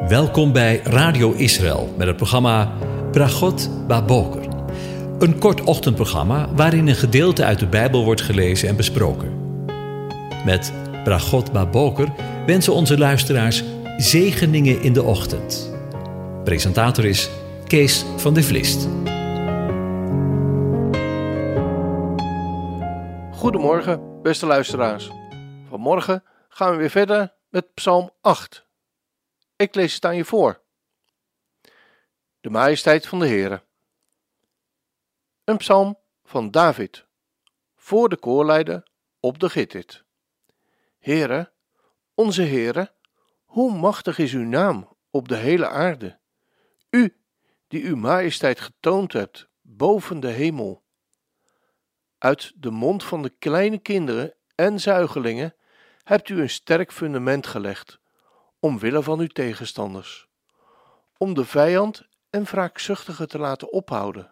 Welkom bij Radio Israël met het programma Bragot Baboker. Een kort ochtendprogramma waarin een gedeelte uit de Bijbel wordt gelezen en besproken. Met Bragot Baboker wensen onze luisteraars zegeningen in de ochtend. Presentator is Kees van de Vlist. Goedemorgen, beste luisteraars. Vanmorgen gaan we weer verder met Psalm 8. Ik lees het aan je voor. De majesteit van de Heere. Een psalm van David, voor de koorleider op de Gittit. Heere, onze Heere, hoe machtig is uw naam op de hele aarde. U, die uw majesteit getoond hebt boven de hemel. Uit de mond van de kleine kinderen en zuigelingen hebt u een sterk fundament gelegd, omwille van uw tegenstanders, om de vijand en wraakzuchtige te laten ophouden.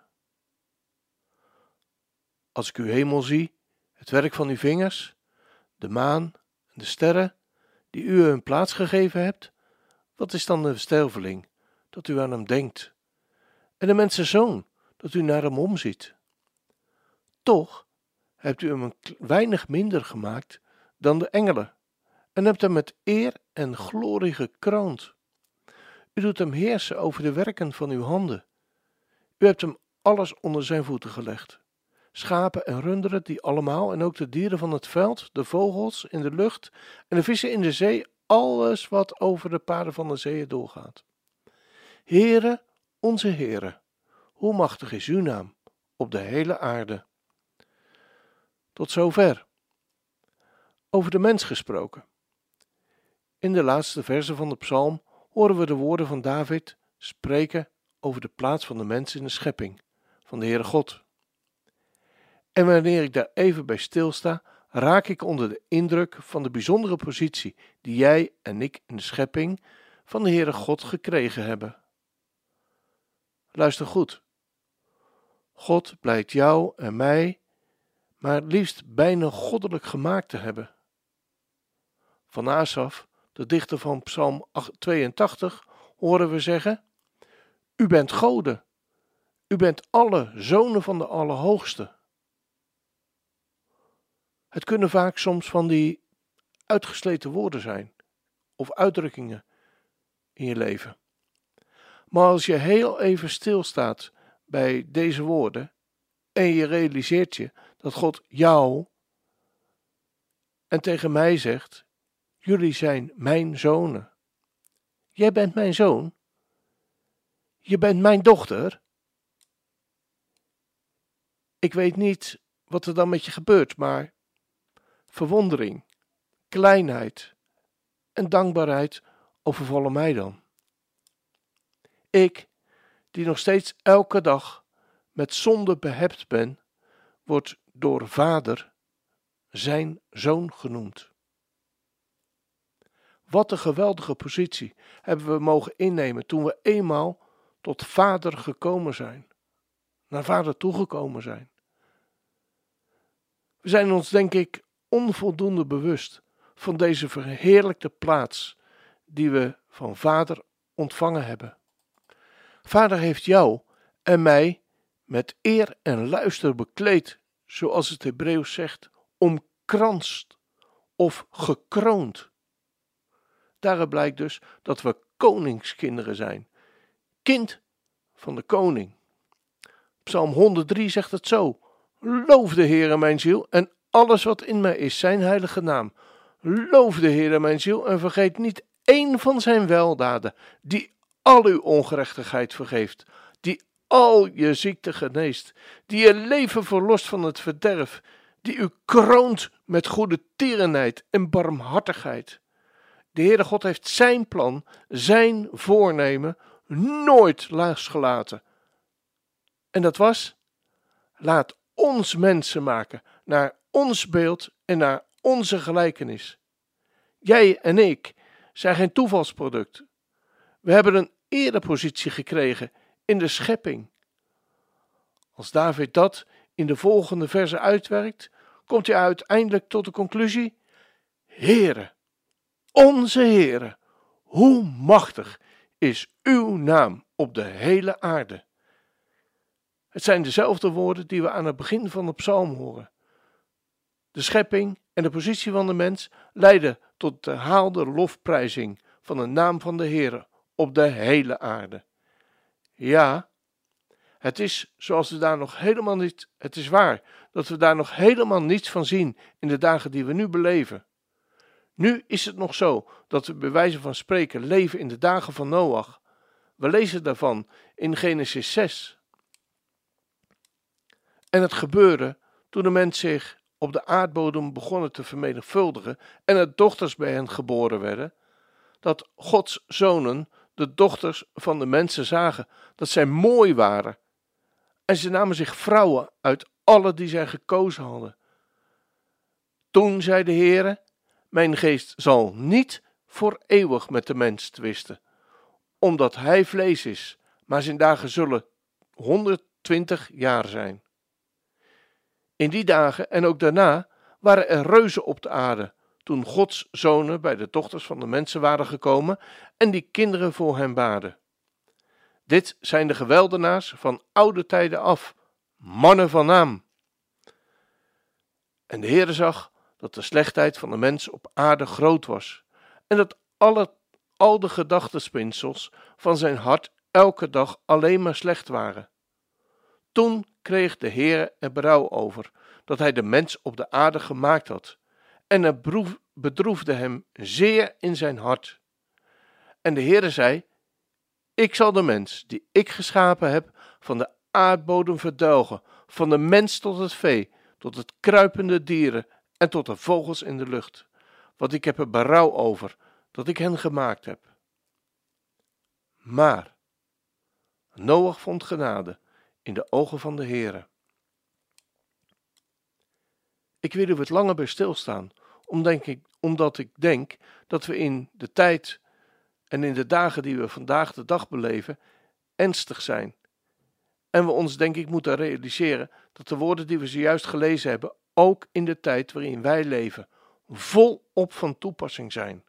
Als ik uw hemel zie, het werk van uw vingers, de maan en de sterren, die u hun plaats gegeven hebt, wat is dan de sterveling, dat u aan hem denkt, en de mensenzoon, dat u naar hem omziet? Toch hebt u hem een weinig minder gemaakt dan de engelen, en hebt hem met eer en glorie gekroond. U doet hem heersen over de werken van uw handen. U hebt hem alles onder zijn voeten gelegd. Schapen en runderen, die allemaal, en ook de dieren van het veld, de vogels in de lucht en de vissen in de zee, alles wat over de paden van de zeeën doorgaat. Heere, onze Heere, hoe machtig is uw naam op de hele aarde. Tot zover. Over de mens gesproken. In de laatste verzen van de psalm horen we de woorden van David spreken over de plaats van de mens in de schepping van de Heere God. En wanneer ik daar even bij stilsta, raak ik onder de indruk van de bijzondere positie die jij en ik in de schepping van de Heere God gekregen hebben. Luister goed. God blijkt jou en mij maar het liefst bijna goddelijk gemaakt te hebben. Van Asaf, de dichter van Psalm 82, horen we zeggen: U bent goden, u bent alle zonen van de Allerhoogste. Het kunnen vaak soms van die uitgesleten woorden zijn, of uitdrukkingen in je leven. Maar als je heel even stilstaat bij deze woorden en je realiseert je dat God jou en tegen mij zegt: jullie zijn mijn zonen. Jij bent mijn zoon. Je bent mijn dochter. Ik weet niet wat er dan met je gebeurt, maar verwondering, kleinheid en dankbaarheid overvallen mij dan. Ik, die nog steeds elke dag met zonde behept ben, word door Vader zijn zoon genoemd. Wat een geweldige positie hebben we mogen innemen toen we eenmaal tot Vader gekomen zijn, naar Vader toegekomen zijn. We zijn ons, denk ik, onvoldoende bewust van deze verheerlijkte plaats die we van Vader ontvangen hebben. Vader heeft jou en mij met eer en luister bekleed, zoals het Hebreeuws zegt, omkranst of gekroond. Daaruit blijkt dus dat we koningskinderen zijn, kind van de koning. Psalm 103 zegt het zo: Loof de Heere mijn ziel en alles wat in mij is, zijn heilige naam. Loof de Heere mijn ziel en vergeet niet één van zijn weldaden, die al uw ongerechtigheid vergeeft, die al je ziekte geneest, die je leven verlost van het verderf, die u kroont met goede tierenheid en barmhartigheid. De Heere God heeft zijn plan, zijn voornemen nooit losgelaten. En dat was: laat ons mensen maken, naar ons beeld en naar onze gelijkenis. Jij en ik zijn geen toevalsproduct. We hebben een erepositie gekregen in de schepping. Als David dat in de volgende verzen uitwerkt, komt hij uiteindelijk tot de conclusie: Heere, onze Heere, hoe machtig is uw naam op de hele aarde. Het zijn dezelfde woorden die we aan het begin van de psalm horen. De schepping en de positie van de mens leiden tot de herhaalde lofprijzing van de naam van de Heere op de hele aarde. Ja, het is waar dat we daar nog helemaal niets van zien in de dagen die we nu beleven. Nu is het nog zo dat we bij wijze van spreken leven in de dagen van Noach. We lezen daarvan in Genesis 6. En het gebeurde toen de mens zich op de aardbodem begonnen te vermenigvuldigen en er dochters bij hen geboren werden, dat Gods zonen de dochters van de mensen zagen, dat zij mooi waren. En ze namen zich vrouwen uit alle die zij gekozen hadden. Toen zei de Heere: mijn geest zal niet voor eeuwig met de mens twisten, omdat hij vlees is, maar zijn dagen zullen 120 jaar zijn. In die dagen en ook daarna waren er reuzen op de aarde, toen Gods zonen bij de dochters van de mensen waren gekomen en die kinderen voor hen baarden. Dit zijn de geweldenaars van oude tijden af, mannen van naam. En de Heere zag dat de slechtheid van de mens op aarde groot was en dat al de gedachtenspinsels van zijn hart elke dag alleen maar slecht waren. Toen kreeg de Heere er berouw over dat hij de mens op de aarde gemaakt had en het bedroefde hem zeer in zijn hart. En de Heere zei: ik zal de mens die ik geschapen heb van de aardbodem verdelgen, van de mens tot het vee, tot het kruipende dieren en tot de vogels in de lucht. Want ik heb er berouw over dat ik hen gemaakt heb. Maar Noach vond genade in de ogen van de Heere. Ik wil er wat langer bij stilstaan, omdat ik denk dat we in de tijd en in de dagen die we vandaag de dag beleven, ernstig zijn. En we ons denk ik moeten realiseren dat de woorden die we zojuist gelezen hebben, ook in de tijd waarin wij leven, volop van toepassing zijn.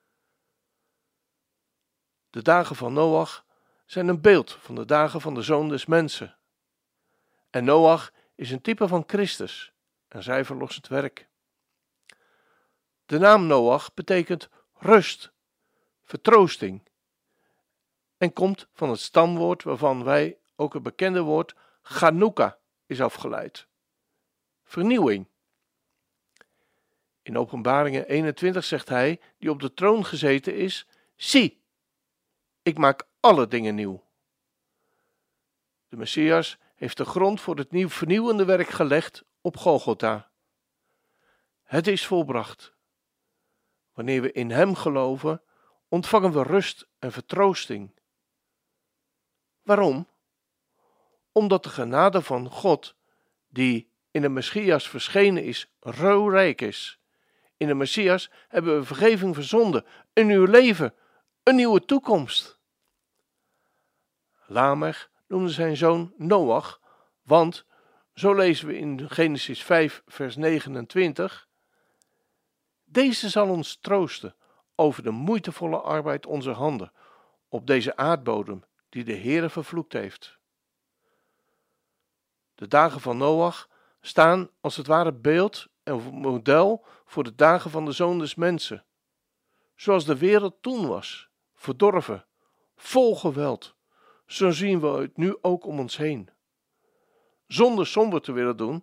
De dagen van Noach zijn een beeld van de dagen van de Zoon des Mensen. En Noach is een type van Christus en zijn verlossend werk. De naam Noach betekent rust, vertroosting en komt van het stamwoord waarvan wij ook het bekende woord Chanukka is afgeleid. Vernieuwing. In Openbaringen 21 zegt hij, die op de troon gezeten is: zie, ik maak alle dingen nieuw. De Messias heeft de grond voor het vernieuwende werk gelegd op Golgotha. Het is volbracht. Wanneer we in hem geloven, ontvangen we rust en vertroosting. Waarom? Omdat de genade van God, die in de Messias verschenen is, rijk is. In de Messias hebben we vergeving voor zonde, een nieuw leven, een nieuwe toekomst. Lamech noemde zijn zoon Noach, want, zo lezen we in Genesis 5 vers 29, deze zal ons troosten over de moeitevolle arbeid onze handen op deze aardbodem die de Heere vervloekt heeft. De dagen van Noach staan als het ware beeld en model voor de dagen van de Zoon des Mensen. Zoals de wereld toen was, verdorven, vol geweld, zo zien we het nu ook om ons heen. Zonder somber te willen doen,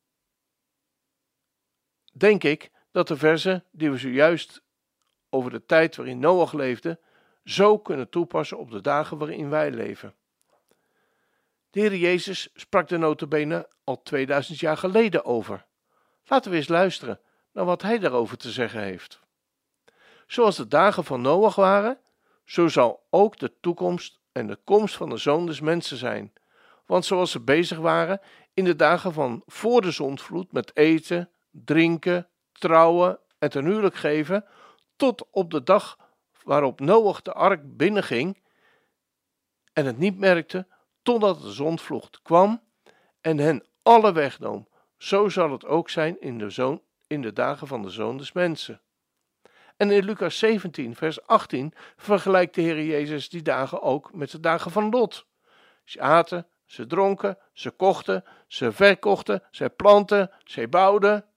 denk ik dat de verzen die we zojuist over de tijd waarin Noach leefde, zo kunnen toepassen op de dagen waarin wij leven. De Heer Jezus sprak er nota bene al 2000 jaar geleden over. Laten we eens luisteren naar wat hij daarover te zeggen heeft. Zoals de dagen van Noach waren, zo zal ook de toekomst en de komst van de Zoon des Mensen zijn. Want zoals ze bezig waren in de dagen van voor de zondvloed met eten, drinken, trouwen en ten huwelijk geven, tot op de dag waarop Noach de ark binnenging en het niet merkte, totdat de zondvloed kwam en hen alle wegnam. Zo zal het ook zijn in de dagen van de Zoon des Mensen. En in Lucas 17, vers 18 vergelijkt de Heer Jezus die dagen ook met de dagen van Lot. Ze aten, ze dronken, ze kochten, ze verkochten, ze planten, ze bouwden.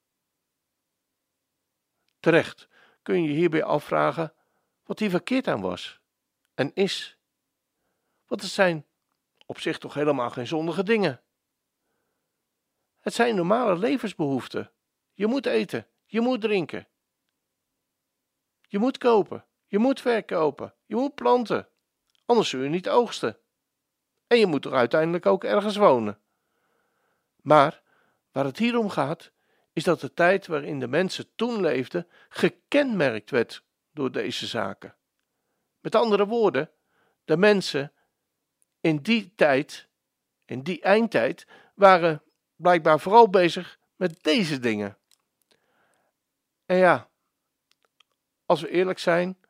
Terecht kun je hierbij afvragen wat hier verkeerd aan was en is. Want het zijn op zich toch helemaal geen zondige dingen. Het zijn normale levensbehoeften. Je moet eten, je moet drinken. Je moet kopen, je moet verkopen, je moet planten. Anders zul je niet oogsten. En je moet toch uiteindelijk ook ergens wonen. Maar waar het hier om gaat, is dat de tijd waarin de mensen toen leefden gekenmerkt werd door deze zaken. Met andere woorden, de mensen in die tijd, in die eindtijd, waren blijkbaar vooral bezig met deze dingen. En ja, als we eerlijk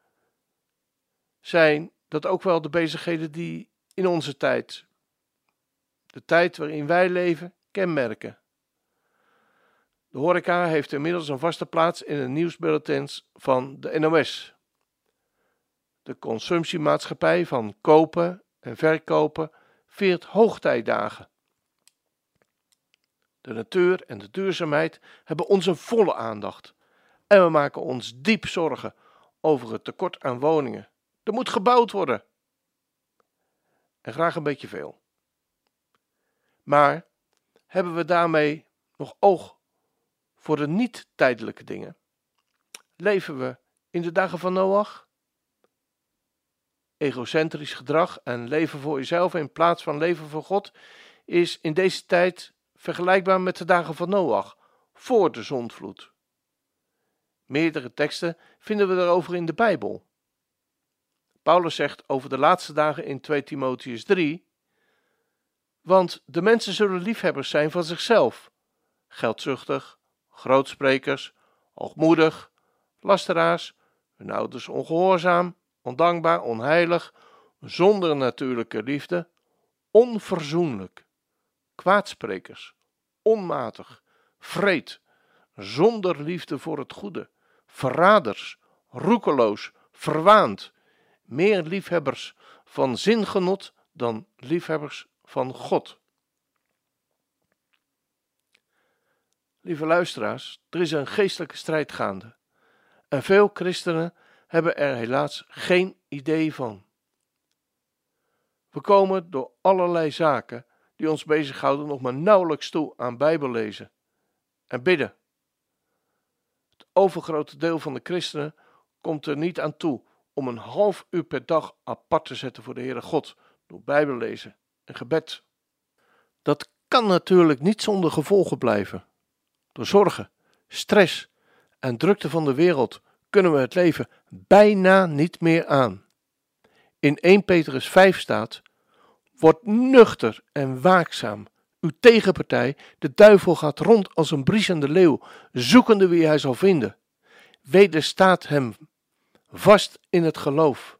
zijn dat ook wel de bezigheden die in onze tijd, de tijd waarin wij leven, kenmerken. De horeca heeft inmiddels een vaste plaats in de nieuwsbulletins van de NOS. De consumptiemaatschappij van kopen en verkopen viert hoogtijdagen. De natuur en de duurzaamheid hebben onze volle aandacht. En we maken ons diep zorgen over het tekort aan woningen. Er moet gebouwd worden. En graag een beetje veel. Maar hebben we daarmee nog oog voor de niet-tijdelijke dingen? Leven we in de dagen van Noach? Egocentrisch gedrag en leven voor jezelf in plaats van leven voor God is in deze tijd vergelijkbaar met de dagen van Noach, voor de zondvloed. Meerdere teksten vinden we daarover in de Bijbel. Paulus zegt over de laatste dagen in 2 Timotheüs 3, want de mensen zullen liefhebbers zijn van zichzelf, geldzuchtig, grootsprekers, hoogmoedig, lasteraars, hun ouders ongehoorzaam, ondankbaar, onheilig, zonder natuurlijke liefde, onverzoenlijk, kwaadsprekers, onmatig, vreed, zonder liefde voor het goede, verraders, roekeloos, verwaand, meer liefhebbers van zingenot dan liefhebbers van God. Lieve luisteraars, er is een geestelijke strijd gaande en veel christenen hebben er helaas geen idee van. We komen door allerlei zaken die ons bezighouden nog maar nauwelijks toe aan Bijbellezen en bidden. Het overgrote deel van de christenen komt er niet aan toe om een half uur per dag apart te zetten voor de Heere God door Bijbellezen en gebed. Dat kan natuurlijk niet zonder gevolgen blijven. Door zorgen, stress en drukte van de wereld kunnen we het leven bijna niet meer aan. In 1 Petrus 5 staat: word nuchter en waakzaam. Uw tegenpartij, de duivel, gaat rond als een briesende leeuw, zoekende wie hij zal vinden. Wederstaat hem vast in het geloof.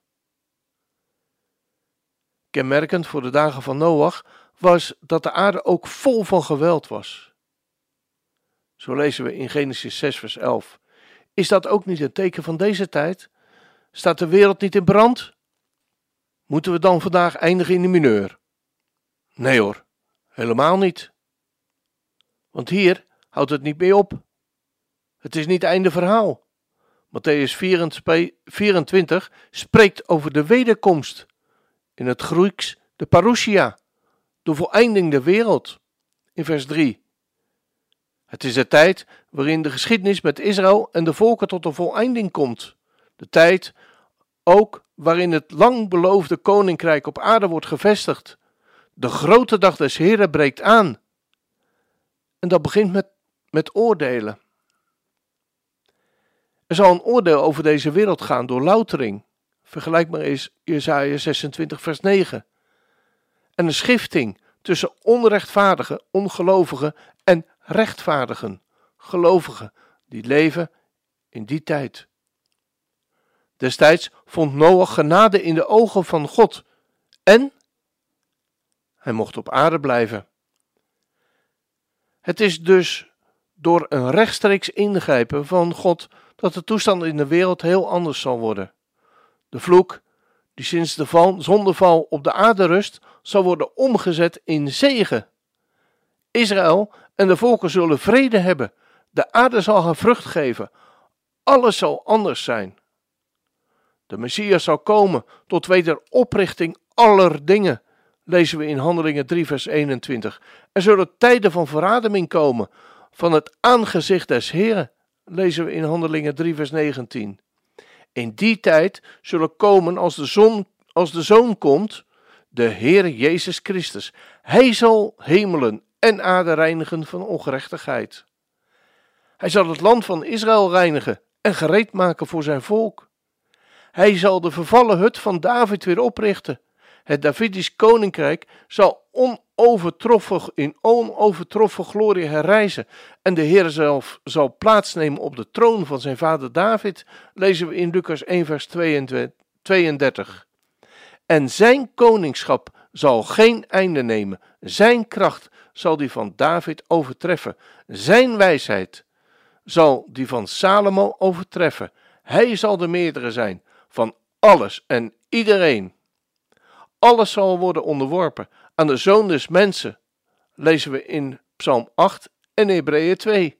Kenmerkend voor de dagen van Noach was dat de aarde ook vol van geweld was. Zo lezen we in Genesis 6 vers 11. Is dat ook niet een teken van deze tijd? Staat de wereld niet in brand? Moeten we dan vandaag eindigen in de mineur? Nee hoor, helemaal niet. Want hier houdt het niet mee op. Het is niet einde verhaal. Mattheüs 24 spreekt over de wederkomst. In het Grieks de parousia, de voleinding der wereld. In vers 3. Het is de tijd waarin de geschiedenis met Israël en de volken tot een voleinding komt. De tijd ook waarin het lang beloofde koninkrijk op aarde wordt gevestigd. De grote dag des Heren breekt aan. En dat begint met oordelen. Er zal een oordeel over deze wereld gaan door loutering. Vergelijk maar eens Jesaja 26 vers 9. En een schifting tussen onrechtvaardigen, ongelovigen en rechtvaardigen, gelovigen die leven in die tijd. Destijds vond Noach genade in de ogen van God en hij mocht op aarde blijven. Het is dus door een rechtstreeks ingrijpen van God dat de toestand in de wereld heel anders zal worden. De vloek die sinds de zondeval op de aarde rust, zal worden omgezet in zegen. Israël en de volken zullen vrede hebben. De aarde zal haar vrucht geven. Alles zal anders zijn. De Messias zal komen tot wederoprichting aller dingen, lezen we in Handelingen 3 vers 21. Er zullen tijden van verademing komen, van het aangezicht des Heren, lezen we in Handelingen 3 vers 19. In die tijd zullen komen als de Zoon komt, de Heer Jezus Christus. Hij zal hemelen en aarde reinigen van ongerechtigheid. Hij zal het land van Israël reinigen en gereed maken voor zijn volk. Hij zal de vervallen hut van David weer oprichten. Het Davidisch koninkrijk zal in onovertroffen glorie herrijzen. En de Heer zelf zal plaatsnemen op de troon van zijn vader David, lezen we in Lucas 1 vers 32. En zijn koningschap zal geen einde nemen. Zijn kracht zal die van David overtreffen. Zijn wijsheid zal die van Salomo overtreffen. Hij zal de meerdere zijn van alles en iedereen. Alles zal worden onderworpen aan de Zoon des Mensen, lezen we in Psalm 8 en Hebreeën 2.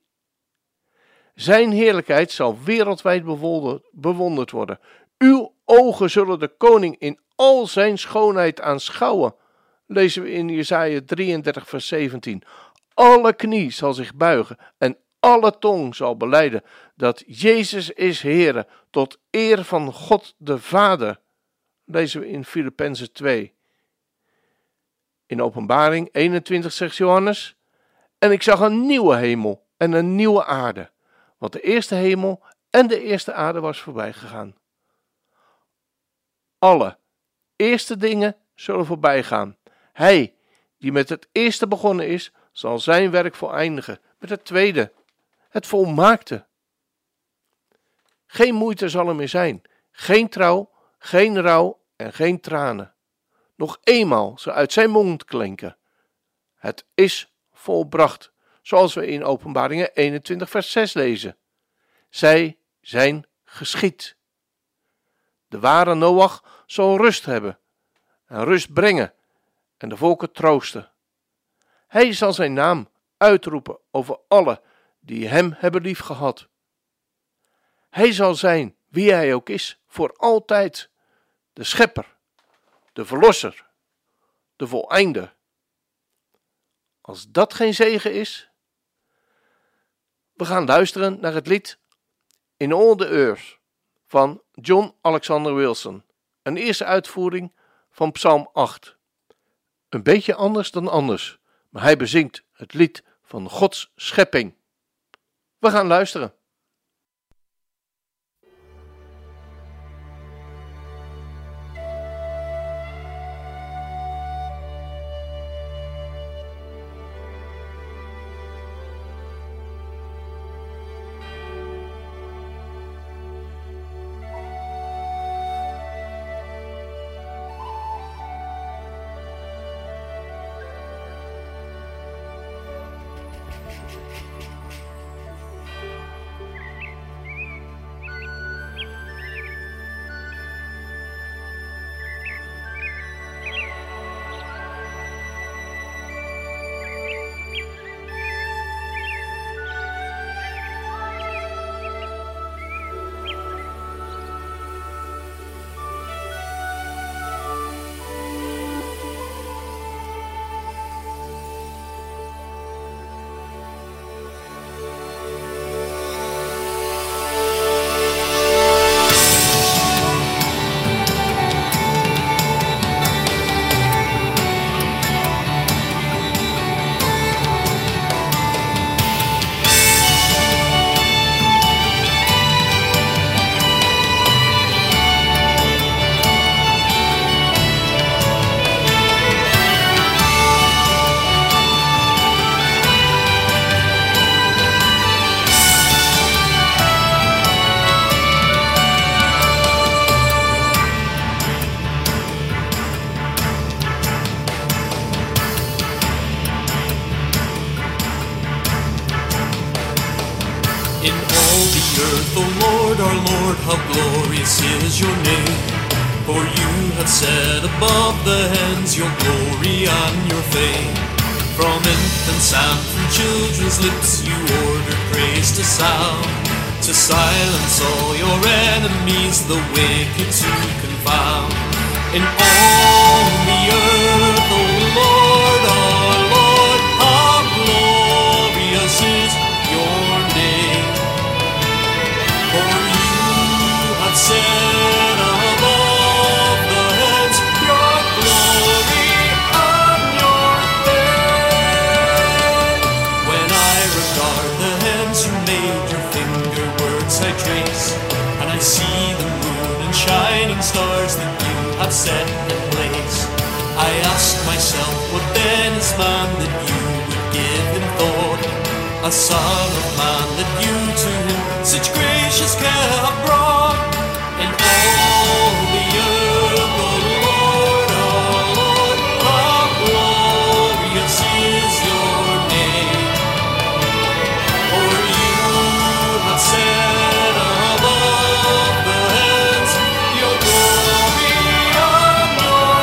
Zijn heerlijkheid zal wereldwijd bewonderd worden. Uw ogen zullen de koning in al zijn schoonheid aanschouwen, lezen we in Jesaja 33 vers 17. Alle knie zal zich buigen en alle tong zal belijden dat Jezus is Heere, tot eer van God de Vader, lezen we in Filippenzen 2. In Openbaring 21 zegt Johannes: en ik zag een nieuwe hemel en een nieuwe aarde, want de eerste hemel en de eerste aarde was voorbij gegaan. Alle eerste dingen zullen voorbij gaan. Hij die met het eerste begonnen is, zal zijn werk voleindigen met het tweede, het volmaakte. Geen moeite zal er meer zijn, geen trouw, geen rouw en geen tranen. Nog eenmaal zal uit zijn mond klinken: het is volbracht, zoals we in Openbaringen 21 vers 6 lezen. Zij zijn geschied. De ware Noach zal rust hebben en rust brengen en de volken troosten. Hij zal zijn naam uitroepen over alle die hem hebben liefgehad. Hij zal zijn wie hij ook is, voor altijd, de schepper, de verlosser, de voleinder. Als dat geen zegen is, we gaan luisteren naar het lied In All the Earth van John Alexander Wilson, een eerste uitvoering van Psalm 8. Een beetje anders dan anders, maar hij bezingt het lied van Gods schepping. We gaan luisteren. the earth, O Lord, our Lord, how glorious is your name. For you have set above the heavens your glory and your fame. From infants and from children's lips you order praise to sound, to silence all your enemies, the wicked to confound. In all the earth, O Lord, our Lord, how glorious is your name. For you have set above the heavens your glory and your fame. When I regard the heavens you made, your finger works I trace, and I see the moon and shining stars that you have set in place. I ask myself, what then is man that you would give him thought? A son of man that you to him such gracious care have brought. In all the earth, O Lord, our Lord, how glorious is your name. For you have set above the heavens your glory and your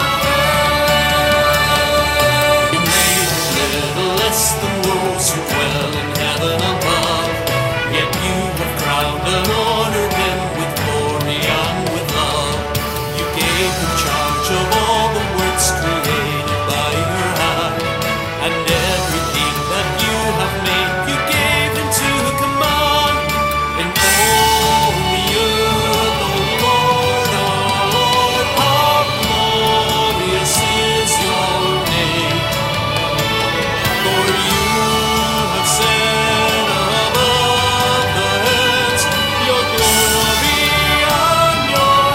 fame. You made little less than those who dwell in heaven above, yet you have crowned and honored them with glory and with love. You gave them charge of all the works created by your hand, and everything that you have made you gave them to command. In all the earth, O Lord, our Lord, how glorious is your name. For you have set above the heavens your glory and your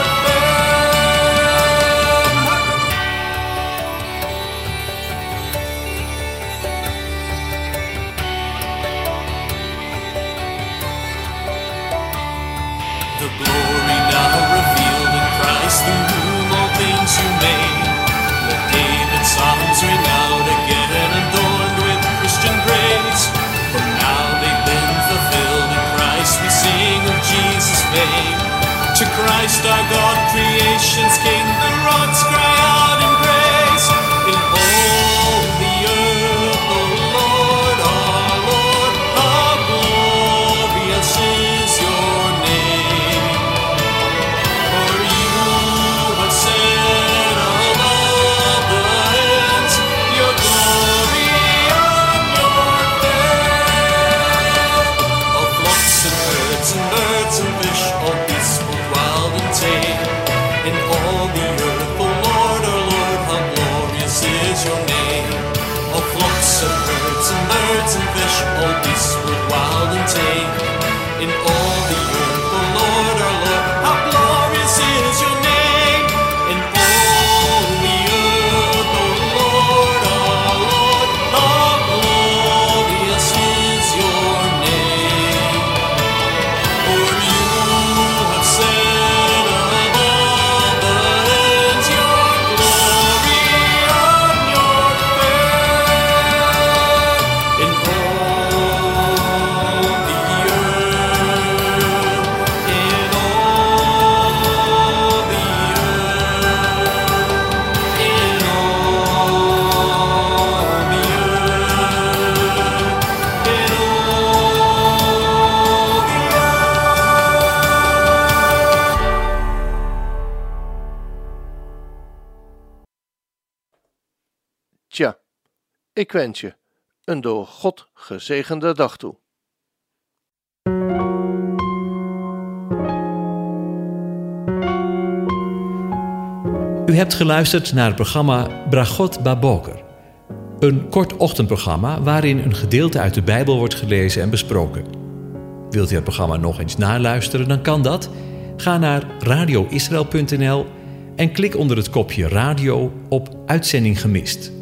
fame. The glory now revealed in Christ, through whom all things you made. Let David's songs ring out again, adorned with Christian praise. For now they've been fulfilled in Christ, we sing of Jesus' fame. To Christ our God, creation's King, the rocks cry out in praise. In all the earth, O Lord, our Lord, how glorious is your name. For you have set above the heavens your glory and your fame. Of flocks and herds and birds and fish, all beasts both wild and tame. In all the earth, O Lord, our Lord, how glorious is your name. Of flocks and herds and birds and fish, all beasts both wild and tame. In all the earth, O Lord, our Lord, how glorious is your name. In all the earth, O Lord, our Lord, how glorious is your name. For you have set above the heavens your glory and your fame. In all the earth, in all the earth, in all the earth, in all the Tja, ik wens je een door God gezegende dag toe. U hebt geluisterd naar het programma Bragot Baboker. Een kort ochtendprogramma waarin een gedeelte uit de Bijbel wordt gelezen en besproken. Wilt u het programma nog eens naluisteren, dan kan dat. Ga naar radioisrael.nl en klik onder het kopje radio op Uitzending gemist.